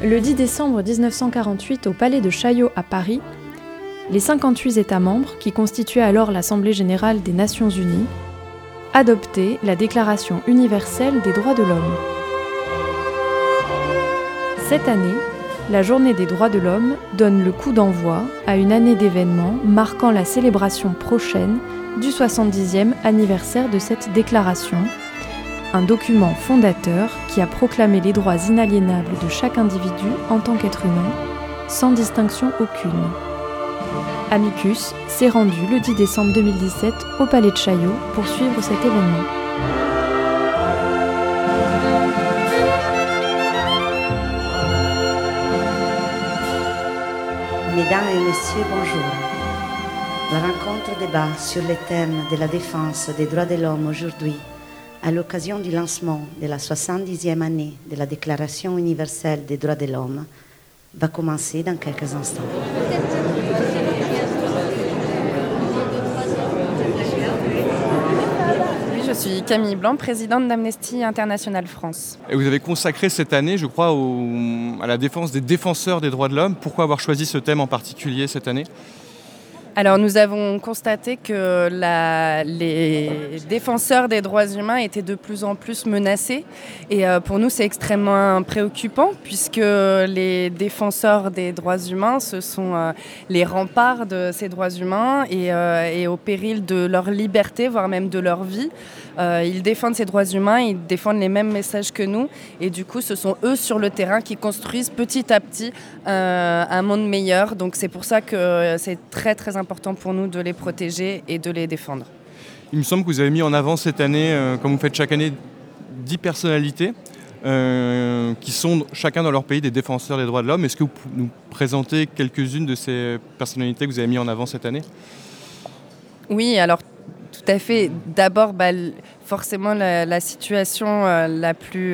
Le 10 décembre 1948, au Palais de Chaillot à Paris, les 58 États membres, qui constituaient alors l'Assemblée générale des Nations unies, adoptaient la Déclaration universelle des droits de l'homme. Cette année, la Journée des droits de l'homme donne le coup d'envoi à une année d'événements marquant la célébration prochaine du 70e anniversaire de cette déclaration, un document fondateur qui a proclamé les droits inaliénables de chaque individu en tant qu'être humain, sans distinction aucune. Amicus s'est rendu le 10 décembre 2017 au Palais de Chaillot pour suivre cet événement. Mesdames et messieurs, bonjour. La rencontre débat sur le thème de la défense des droits de l'homme aujourd'hui, à l'occasion du lancement de la 70e année de la Déclaration universelle des droits de l'homme, va commencer dans quelques instants. Je suis Camille Blanc, présidente d'Amnesty International France. Et vous avez consacré cette année, je crois, à la défense des défenseurs des droits de l'homme. Pourquoi avoir choisi ce thème en particulier cette année ? Alors nous avons constaté que les défenseurs des droits humains étaient de plus en plus menacés et pour nous c'est extrêmement préoccupant puisque les défenseurs des droits humains ce sont les remparts de ces droits humains et au péril de leur liberté voire même de leur vie. Ils défendent ces droits humains, ils défendent les mêmes messages que nous et du coup ce sont eux sur le terrain qui construisent petit à petit un monde meilleur. Donc c'est pour ça que c'est très très important pour nous de les protéger et de les défendre. Il me semble que vous avez mis en avant cette année, comme vous faites chaque année, 10 personnalités qui sont chacun dans leur pays des défenseurs des droits de l'homme. Est-ce que vous pouvez nous présenter quelques-unes de ces personnalités que vous avez mis en avant cette année ? Oui, alors tout à fait. D'abord, forcément la situation la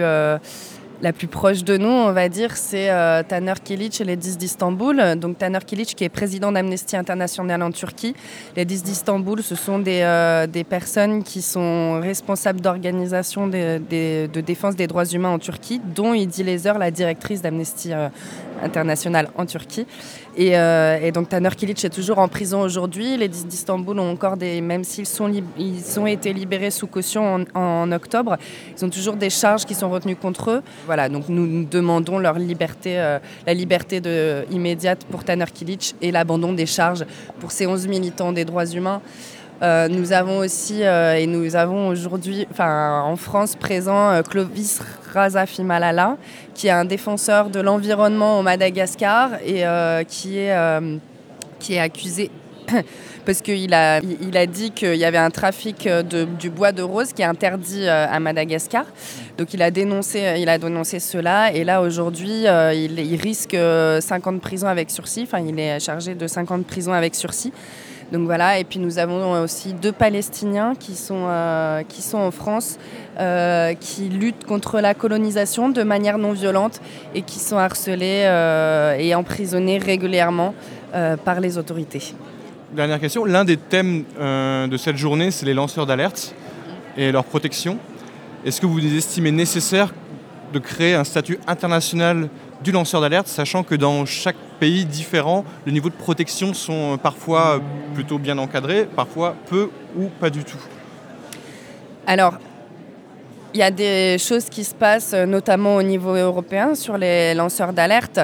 plus proche de nous, on va dire, c'est Taner Kilic et les 10 d'Istanbul. Donc Taner Kilic qui est président d'Amnesty International en Turquie. Les 10 d'Istanbul, ce sont des personnes qui sont responsables d'organisations de défense des droits humains en Turquie, dont Idi Lezer, la directrice d'Amnesty International en Turquie. Et donc Taner Kilic est toujours en prison aujourd'hui. Les 10 d'Istanbul ont encore même s'ils ils ont été libérés sous caution en octobre, ils ont toujours des charges qui sont retenues contre eux. Voilà, donc nous demandons leur liberté, la liberté immédiate pour Taner Kilic et l'abandon des charges pour ces 11 militants des droits humains. Nous avons aussi, et nous avons aujourd'hui, en France présent, Clovis Razafi-Malala, qui est un défenseur de l'environnement au Madagascar et qui est accusé parce qu'il a dit qu'il y avait un trafic du bois de rose qui est interdit à Madagascar. Donc il a dénoncé cela et là aujourd'hui il risque 5 ans de prison avec sursis. Il est chargé de 5 ans de prison avec sursis. Donc voilà, et puis nous avons aussi 2 Palestiniens qui sont en France, qui luttent contre la colonisation de manière non violente et qui sont harcelés et emprisonnés régulièrement par les autorités. Dernière question, l'un des thèmes de cette journée, c'est les lanceurs d'alerte et leur protection. Est-ce que vous estimez nécessaire de créer un statut international du lanceur d'alerte, sachant que dans chaque pays différent, le niveau de protection sont parfois plutôt bien encadrés, parfois peu ou pas du tout ? Alors, il y a des choses qui se passent, notamment au niveau européen, sur les lanceurs d'alerte.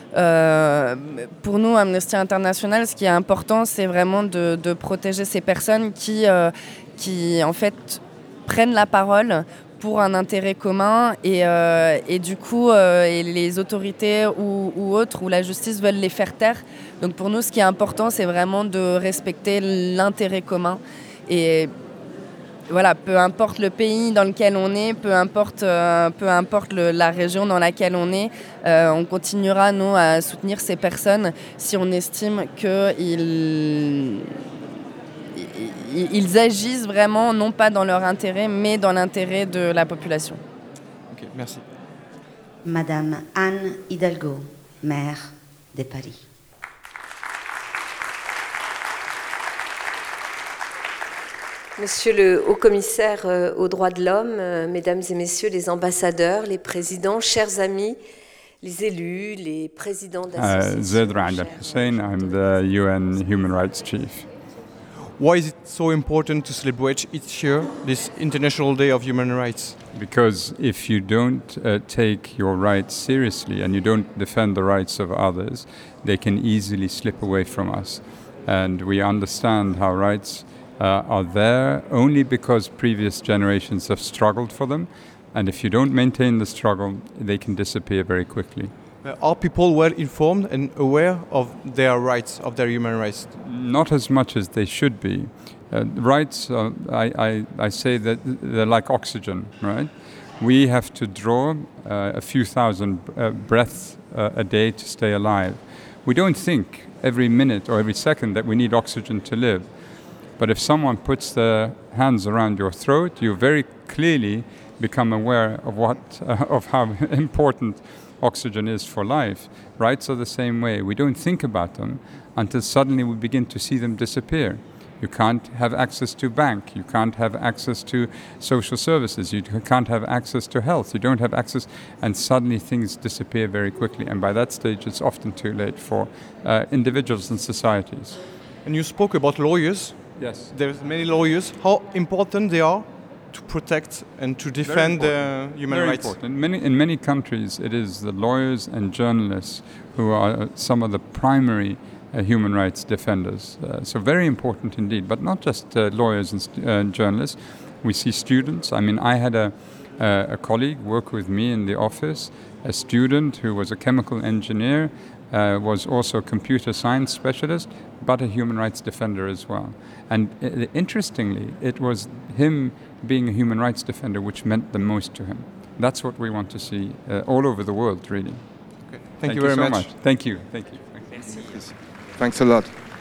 Pour nous, Amnesty International, ce qui est important, c'est vraiment de protéger ces personnes qui en fait, prennent la parole pour un intérêt commun et du coup et les autorités ou autres ou la justice veulent les faire taire. Donc pour nous ce qui est important c'est vraiment de respecter l'intérêt commun et voilà, peu importe le pays dans lequel on est, peu importe la région dans laquelle on est, on continuera nous à soutenir ces personnes si on estime qu'ils agissent vraiment, non pas dans leur intérêt, mais dans l'intérêt de la population. Ok, merci. Madame Anne Hidalgo, maire de Paris. Monsieur le haut-commissaire aux droits de l'homme, mesdames et messieurs les ambassadeurs, les présidents, chers amis les élus, les présidents Zeid d'associations. Ra'ad Al-Hussein, I'm the UN Human Rights Chief. Why is it so important to celebrate each year this International Day of Human Rights? Because if you don't take your rights seriously and you don't defend the rights of others, they can easily slip away from us. And we understand how rights are there only because previous generations have struggled for them. And if you don't maintain the struggle, they can disappear very quickly. Are people well informed and aware of their rights, of their human rights? Not as much as they should be. Rights, I say that they're like oxygen, right? We have to draw a few thousand breaths a day to stay alive. We don't think every minute or every second that we need oxygen to live. But if someone puts their hands around your throat, you very clearly become aware of how important oxygen is for life. Rights are the same way. We don't think about them until suddenly we begin to see them disappear. You can't have access to bank. You can't have access to social services. You can't have access to health. You don't have access, and suddenly things disappear very quickly. And by that stage, it's often too late for individuals and societies. And you spoke about lawyers. Yes. There's many lawyers. How important they are to protect and to defend human Very rights? Important. In many countries, it is the lawyers and journalists who are some of the primary human rights defenders. So very important indeed, but not just lawyers and journalists. We see students. I mean, I had a colleague work with me in the office, a student who was a chemical engineer, was also a computer science specialist, but a human rights defender as well. And interestingly, it was him being a human rights defender which meant the most to him. That's what we want to see all over the world, really. Okay. Thank you very so much. Thank you. Thanks a lot.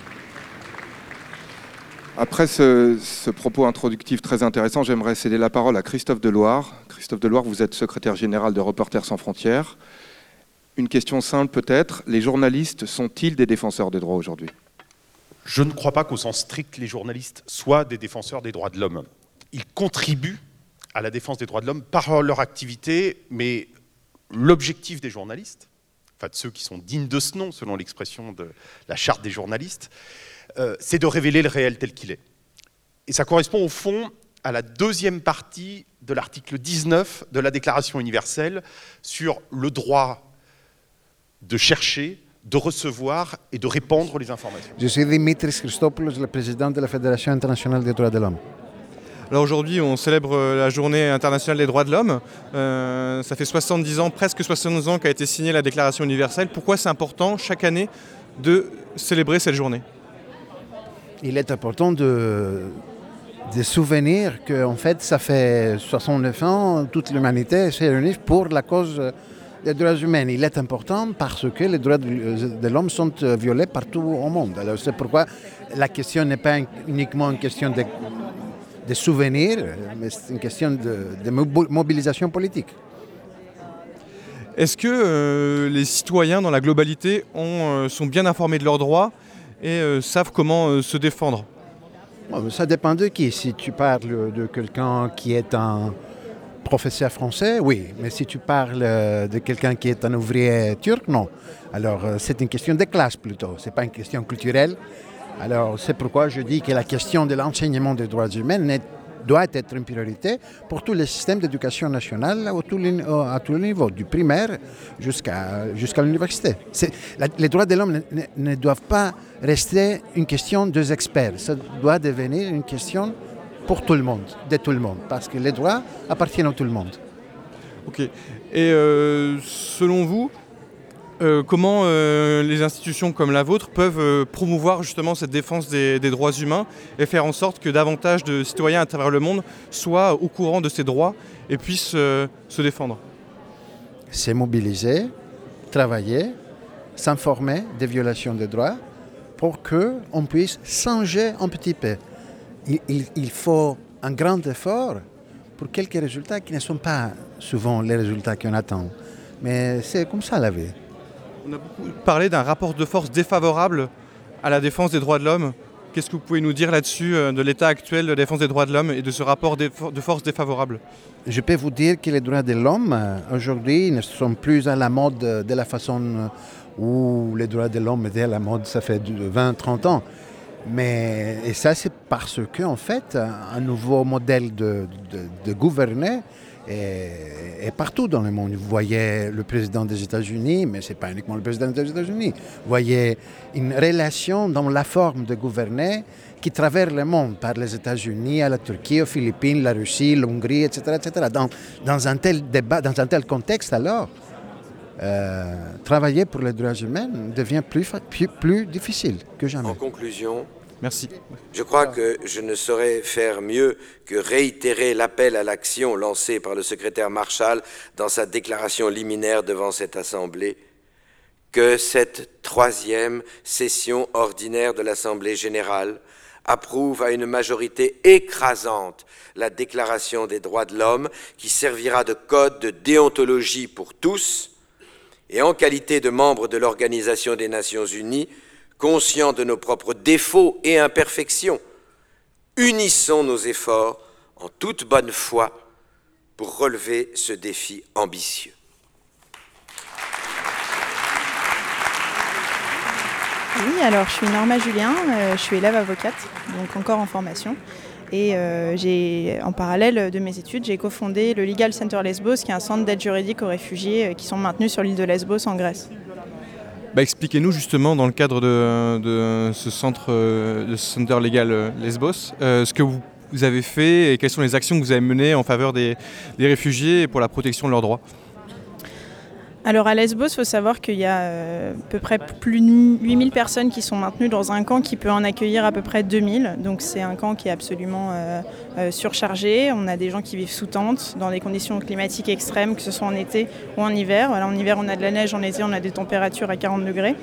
Après ce propos introductif très intéressant, j'aimerais céder la parole à Christophe Deloire. Christophe Deloire, vous êtes secrétaire général de Reporters sans frontières. Une question simple peut-être, les journalistes sont-ils des défenseurs des droits aujourd'hui ? Je ne crois pas qu'au sens strict, les journalistes soient des défenseurs des droits de l'homme. Ils contribuent à la défense des droits de l'homme par leur activité, mais l'objectif des journalistes, enfin de ceux qui sont dignes de ce nom, selon l'expression de la charte des journalistes, c'est de révéler le réel tel qu'il est. Et ça correspond au fond à la deuxième partie de l'article 19 de la Déclaration universelle sur le droit de chercher, de recevoir et de répandre les informations. Je suis Dimitris Christopoulos, le président de la Fédération internationale des droits de l'homme. Alors aujourd'hui, on célèbre la journée internationale des droits de l'homme. Ça fait 70 ans, presque 70 ans qu'a été signée la Déclaration universelle. Pourquoi c'est important chaque année de célébrer cette journée ? Il est important de souvenir qu'en fait, ça fait 69 ans, toute l'humanité s'est réunie pour la cause des droits humains. Il est important parce que les droits de l'homme sont violés partout au monde. Alors c'est pourquoi la question n'est pas uniquement une question de souvenirs, mais c'est une question de mobilisation politique. Est-ce que les citoyens dans la globalité sont bien informés de leurs droits et savent comment se défendre ? Ça dépend de qui. Si tu parles de quelqu'un qui est un professeur français, oui. Mais si tu parles de quelqu'un qui est un ouvrier turc, non. Alors c'est une question de classe plutôt, ce n'est pas une question culturelle. Alors c'est pourquoi je dis que la question de l'enseignement des droits humains doit être une priorité pour tous les systèmes d'éducation nationale à tous les niveaux, du primaire jusqu'à l'université. Les droits de l'homme ne doivent pas rester une question des experts, ça doit devenir une question pour tout le monde, de tout le monde, parce que les droits appartiennent à tout le monde. Ok. Et selon vous, comment les institutions comme la vôtre peuvent promouvoir justement cette défense des droits humains et faire en sorte que davantage de citoyens à travers le monde soient au courant de ces droits et puissent se défendre ? C'est mobiliser, travailler, s'informer des violations des droits pour qu'on puisse changer un petit peu. Il faut un grand effort pour quelques résultats qui ne sont pas souvent les résultats qu'on attend. Mais c'est comme ça la vie. On a beaucoup parlé d'un rapport de force défavorable à la défense des droits de l'homme. Qu'est-ce que vous pouvez nous dire là-dessus, de l'état actuel de la défense des droits de l'homme et de ce rapport de force défavorable ? Je peux vous dire que les droits de l'homme, aujourd'hui, ne sont plus à la mode de la façon où les droits de l'homme étaient à la mode, ça fait 20-30 ans. Et ça, c'est parce qu'en fait, un nouveau modèle de gouverner est partout dans le monde. Vous voyez le président des États-Unis, mais ce n'est pas uniquement le président des États-Unis. Vous voyez une relation dans la forme de gouverner qui traverse le monde, par les États-Unis, à la Turquie, aux Philippines, la Russie, l'Hongrie, etc. etc. Dans un tel débat, dans un tel contexte, alors, travailler pour les droits humains devient plus difficile que jamais. En conclusion, merci. Je crois que je ne saurais faire mieux que réitérer l'appel à l'action lancé par le secrétaire Marshall dans sa déclaration liminaire devant cette Assemblée, que cette 3e session ordinaire de l'Assemblée générale approuve à une majorité écrasante la Déclaration des droits de l'homme qui servira de code de déontologie pour tous et en qualité de membre de l'Organisation des Nations Unies, conscients de nos propres défauts et imperfections, unissons nos efforts en toute bonne foi pour relever ce défi ambitieux. Oui, alors je suis Norma Julien, je suis élève avocate, donc encore en formation. Et en parallèle de mes études, j'ai cofondé le Legal Center Lesbos, qui est un centre d'aide juridique aux réfugiés qui sont maintenus sur l'île de Lesbos en Grèce. Expliquez-nous justement, dans le cadre de ce centre, de ce Center Legal Lesbos, ce que vous avez fait et quelles sont les actions que vous avez menées en faveur des réfugiés et pour la protection de leurs droits. Alors à Lesbos, il faut savoir qu'il y a à peu près plus de 8000 personnes qui sont maintenues dans un camp qui peut en accueillir à peu près 2000. Donc c'est un camp qui est absolument surchargé. On a des gens qui vivent sous tente, dans des conditions climatiques extrêmes, que ce soit en été ou en hiver. Voilà, en hiver, on a de la neige, en été, on a des températures à 40 degrés.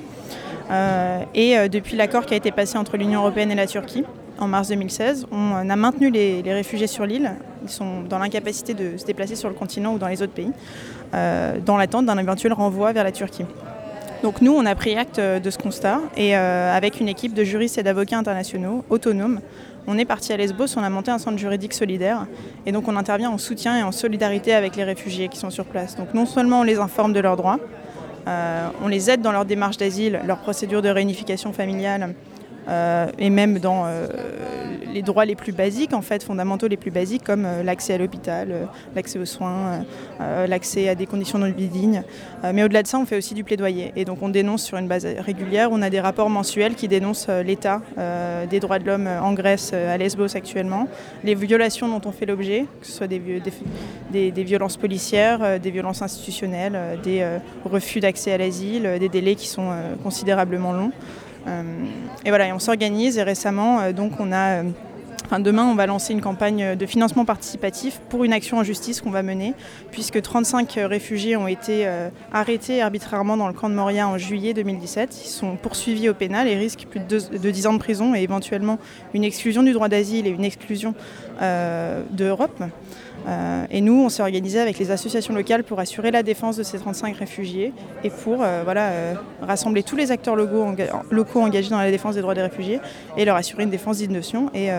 Depuis l'accord qui a été passé entre l'Union européenne et la Turquie, en mars 2016, on a maintenu les réfugiés sur l'île. Ils sont dans l'incapacité de se déplacer sur le continent ou dans les autres pays, dans l'attente d'un éventuel renvoi vers la Turquie. Donc nous, on a pris acte de ce constat et avec une équipe de juristes et d'avocats internationaux autonomes, on est parti à Lesbos, on a monté un centre juridique solidaire et donc on intervient en soutien et en solidarité avec les réfugiés qui sont sur place. Donc non seulement on les informe de leurs droits, on les aide dans leur démarche d'asile, leur procédure de réunification familiale, et même dans les droits les plus basiques, en fait, fondamentaux les plus basiques, comme l'accès à l'hôpital, l'accès aux soins, l'accès à des conditions de vie dignes. Mais au-delà de ça, on fait aussi du plaidoyer. Et donc on dénonce sur une base régulière. On a des rapports mensuels qui dénoncent l'état des droits de l'homme en Grèce, à Lesbos actuellement, les violations dont on fait l'objet, que ce soit des violences policières, des violences institutionnelles, des refus d'accès à l'asile, des délais qui sont considérablement longs. Et voilà, et on s'organise et récemment, donc demain, on va lancer une campagne de financement participatif pour une action en justice qu'on va mener, puisque 35 réfugiés ont été arrêtés arbitrairement dans le camp de Moria en juillet 2017. Ils sont poursuivis au pénal et risquent plus de 10 ans de prison et éventuellement une exclusion du droit d'asile et une exclusion d'Europe. Et nous, on s'est organisé avec les associations locales pour assurer la défense de ces 35 réfugiés et pour rassembler tous les acteurs locaux engagés dans la défense des droits des réfugiés et leur assurer une défense digne de ce nom et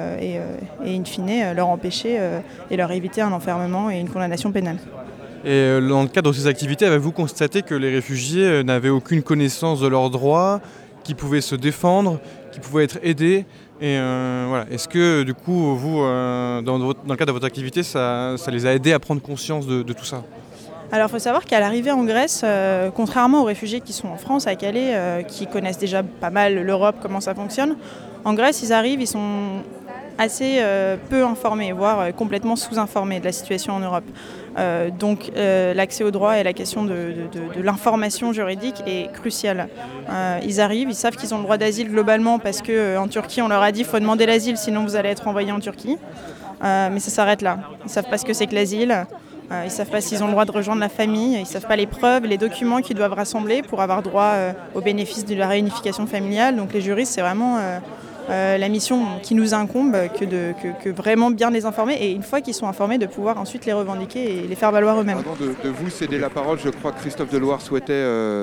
in fine leur empêcher et leur éviter un enfermement et une condamnation pénale. Et dans le cadre de ces activités, avez-vous constaté que les réfugiés n'avaient aucune connaissance de leurs droits, qu'ils pouvaient se défendre, qu'ils pouvaient être aidés ? Et est-ce que du coup, vous, dans le cadre de votre activité, ça les a aidés à prendre conscience de tout ça ? Alors il faut savoir qu'à l'arrivée en Grèce, contrairement aux réfugiés qui sont en France, à Calais, qui connaissent déjà pas mal l'Europe, comment ça fonctionne, en Grèce ils arrivent, ils sont assez peu informés, voire complètement sous-informés de la situation en Europe. Donc l'accès au droit et la question de l'information juridique est cruciale. Ils arrivent, ils savent qu'ils ont le droit d'asile globalement parce qu'en Turquie on leur a dit qu'il faut demander l'asile sinon vous allez être envoyé en Turquie. Mais ça s'arrête là. Ils ne savent pas ce que c'est que l'asile, ils ne savent pas s'ils ont le droit de rejoindre la famille, ils ne savent pas les preuves, les documents qu'ils doivent rassembler pour avoir droit au bénéfice de la réunification familiale. Donc les juristes, c'est vraiment la mission qui nous incombe que vraiment bien les informer et une fois qu'ils sont informés de pouvoir ensuite les revendiquer et les faire valoir eux-mêmes. Avant de vous céder la parole, je crois que Christophe Deloire souhaitait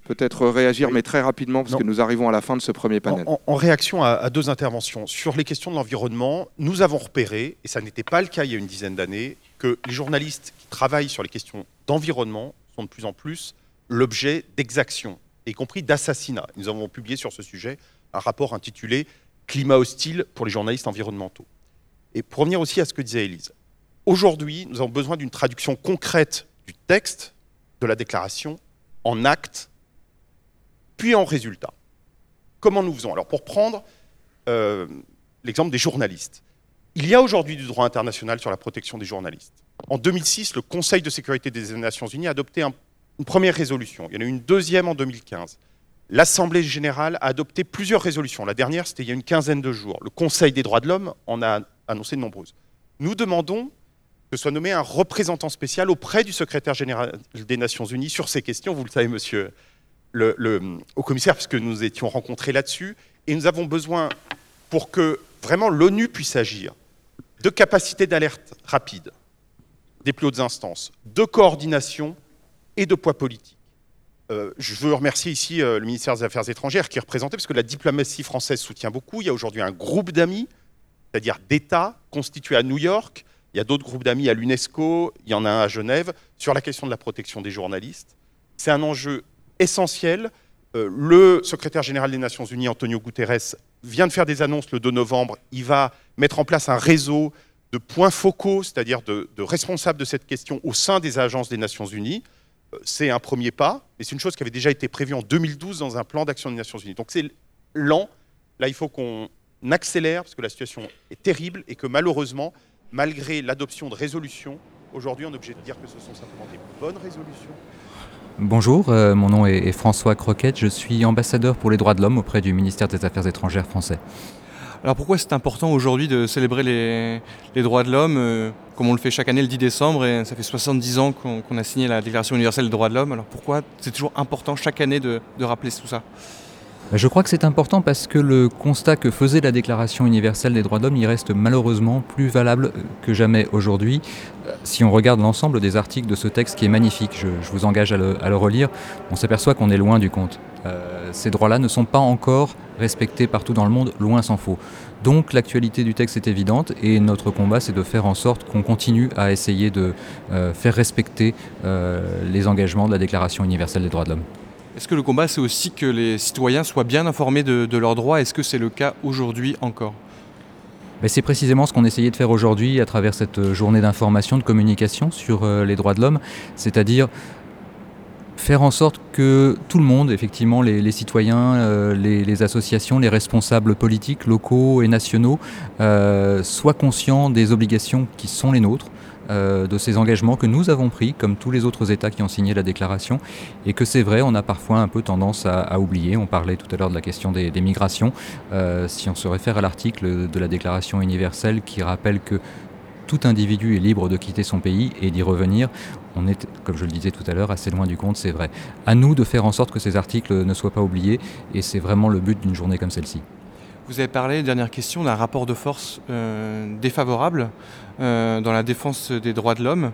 peut-être réagir, mais très rapidement, parce que nous arrivons à la fin de ce premier panel. En réaction à deux interventions, sur les questions de l'environnement, nous avons repéré, et ça n'était pas le cas il y a une dizaine d'années, que les journalistes qui travaillent sur les questions d'environnement sont de plus en plus l'objet d'exactions, y compris d'assassinats. Nous avons publié sur ce sujet un rapport intitulé « Climat hostile pour les journalistes environnementaux ». Et pour revenir aussi à ce que disait Élise, aujourd'hui, nous avons besoin d'une traduction concrète du texte de la déclaration en actes, puis en résultats. Comment nous faisons? Alors pour prendre l'exemple des journalistes, il y a aujourd'hui du droit international sur la protection des journalistes. En 2006, le Conseil de sécurité des Nations Unies a adopté une première résolution. Il y en a eu une deuxième en 2015. L'Assemblée générale a adopté plusieurs résolutions. La dernière, c'était il y a une quinzaine de jours. Le Conseil des droits de l'homme en a annoncé de nombreuses. Nous demandons que soit nommé un représentant spécial auprès du secrétaire général des Nations Unies sur ces questions. Vous le savez, monsieur au commissaire, puisque nous étions rencontrés là-dessus. Et nous avons besoin, pour que vraiment l'ONU puisse agir, de capacités d'alerte rapide des plus hautes instances, de coordination et de poids politique. Je veux remercier ici le ministère des Affaires étrangères qui est représenté, parce que la diplomatie française soutient beaucoup. Il y a aujourd'hui un groupe d'amis, c'est-à-dire d'États, constitué à New York. Il y a d'autres groupes d'amis à l'UNESCO, il y en a un à Genève, sur la question de la protection des journalistes. C'est un enjeu essentiel. Le secrétaire général des Nations Unies, Antonio Guterres, vient de faire des annonces le 2 novembre. Il va mettre en place un réseau de points focaux, c'est-à-dire de responsables de cette question au sein des agences des Nations Unies. C'est un premier pas, mais c'est une chose qui avait déjà été prévue en 2012 dans un plan d'action des Nations Unies. Donc c'est lent. Là, il faut qu'on accélère, parce que la situation est terrible et que malheureusement, malgré l'adoption de résolutions, aujourd'hui, on est obligé de dire que ce sont simplement des bonnes résolutions. Bonjour, mon nom est François Croquette, je suis ambassadeur pour les droits de l'homme auprès du ministère des Affaires étrangères français. Alors pourquoi c'est important aujourd'hui de célébrer les droits de l'homme, comme on le fait chaque année le 10 décembre, et ça fait 70 ans qu'on a signé la Déclaration universelle des droits de l'homme, alors pourquoi c'est toujours important chaque année de rappeler tout ça ? Je crois que c'est important parce que le constat que faisait la Déclaration universelle des droits de l'homme, il reste malheureusement plus valable que jamais aujourd'hui. Si on regarde l'ensemble des articles de ce texte qui est magnifique, je vous engage à le relire, on s'aperçoit qu'on est loin du compte. Ces droits-là ne sont pas encore respectés partout dans le monde, loin s'en faut. Donc l'actualité du texte est évidente et notre combat c'est de faire en sorte qu'on continue à essayer de faire respecter les engagements de la Déclaration universelle des droits de l'homme. Est-ce que le combat, c'est aussi que les citoyens soient bien informés de leurs droits? Est-ce que c'est le cas aujourd'hui encore? C'est précisément ce qu'on essayait de faire aujourd'hui à travers cette journée d'information, de communication sur les droits de l'homme, c'est-à-dire faire en sorte que tout le monde, effectivement les citoyens, les associations, les responsables politiques, locaux et nationaux, soient conscients des obligations qui sont les nôtres, de ces engagements que nous avons pris, comme tous les autres États qui ont signé la déclaration, et que c'est vrai, on a parfois un peu tendance à oublier. On parlait tout à l'heure de la question des migrations. Si on se réfère à l'article de la Déclaration universelle qui rappelle que tout individu est libre de quitter son pays et d'y revenir, on est, comme je le disais tout à l'heure, assez loin du compte, c'est vrai. À nous de faire en sorte que ces articles ne soient pas oubliés, et c'est vraiment le but d'une journée comme celle-ci. Vous avez parlé, dernière question, d'un rapport de force défavorable dans la défense des droits de l'homme.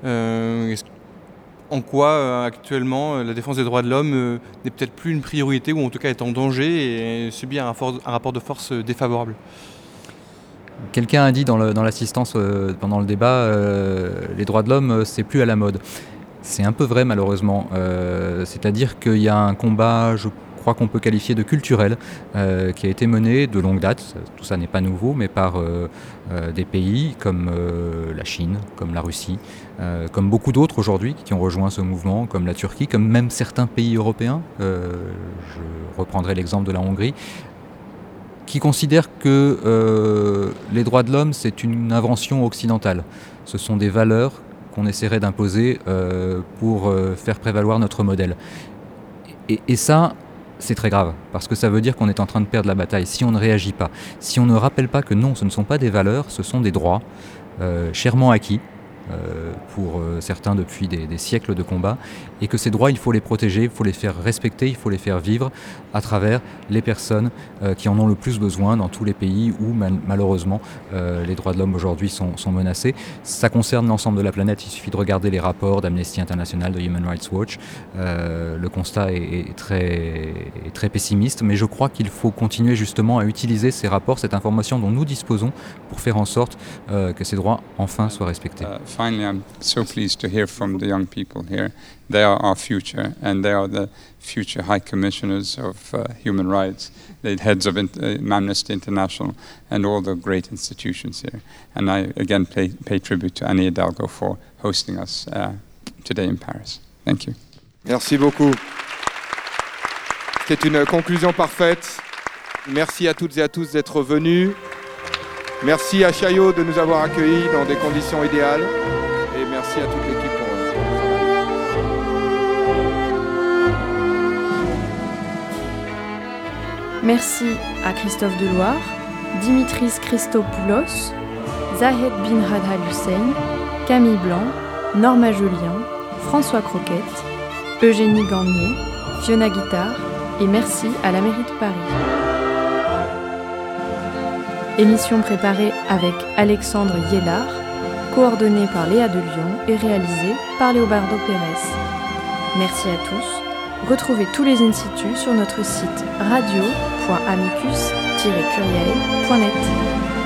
En quoi actuellement la défense des droits de l'homme n'est peut-être plus une priorité, ou en tout cas est en danger et subit un rapport de force défavorable? Quelqu'un a dit dans l'assistance pendant le débat, les droits de l'homme, c'est plus à la mode. C'est un peu vrai malheureusement. C'est-à-dire qu'il y a un combat, je crois qu'on peut qualifier de culturel, qui a été mené de longue date, tout ça n'est pas nouveau, mais par des pays comme la Chine, comme la Russie, comme beaucoup d'autres aujourd'hui qui ont rejoint ce mouvement, comme la Turquie, comme même certains pays européens, je reprendrai l'exemple de la Hongrie, qui considèrent que les droits de l'homme c'est une invention occidentale. Ce sont des valeurs qu'on essaierait d'imposer pour faire prévaloir notre modèle. Et ça, c'est très grave, parce que ça veut dire qu'on est en train de perdre la bataille si on ne réagit pas. Si on ne rappelle pas que non, ce ne sont pas des valeurs, ce sont des droits chèrement acquis, pour certains depuis des siècles de combat, et que ces droits, il faut les protéger, il faut les faire respecter, il faut les faire vivre à travers les personnes qui en ont le plus besoin dans tous les pays où malheureusement les droits de l'homme aujourd'hui sont menacés. Ça concerne l'ensemble de la planète, il suffit de regarder les rapports d'Amnesty International, de Human Rights Watch. Le constat est très pessimiste, mais je crois qu'il faut continuer justement à utiliser ces rapports, cette information dont nous disposons pour faire en sorte que ces droits enfin soient respectés. Finally, I'm so pleased to hear from the young people here. They are our future, and they are the future High Commissioners of Human Rights, the heads of Amnesty International, and all the great institutions here. And I again pay tribute to Annie Hidalgo for hosting us today in Paris. Thank you. Merci beaucoup. C'est une conclusion parfaite. Merci à toutes et à tous d'être venus. Merci à Chaillot de nous avoir accueillis dans des conditions idéales. Et merci à toute l'équipe pour Merci à Christophe Deloire, Dimitris Christopoulos, Zahed bin Hadhal Hussein, Camille Blanc, Norma Julien, François Croquette, Eugénie Gagnier, Fiona Guittard et merci à la mairie de Paris. Émission préparée avec Alexandre Yellard, coordonnée par Léa de Lyon et réalisée par Léobardo Pérez. Merci à tous. Retrouvez tous les in-situ sur notre site radio.amicus-curiae.net.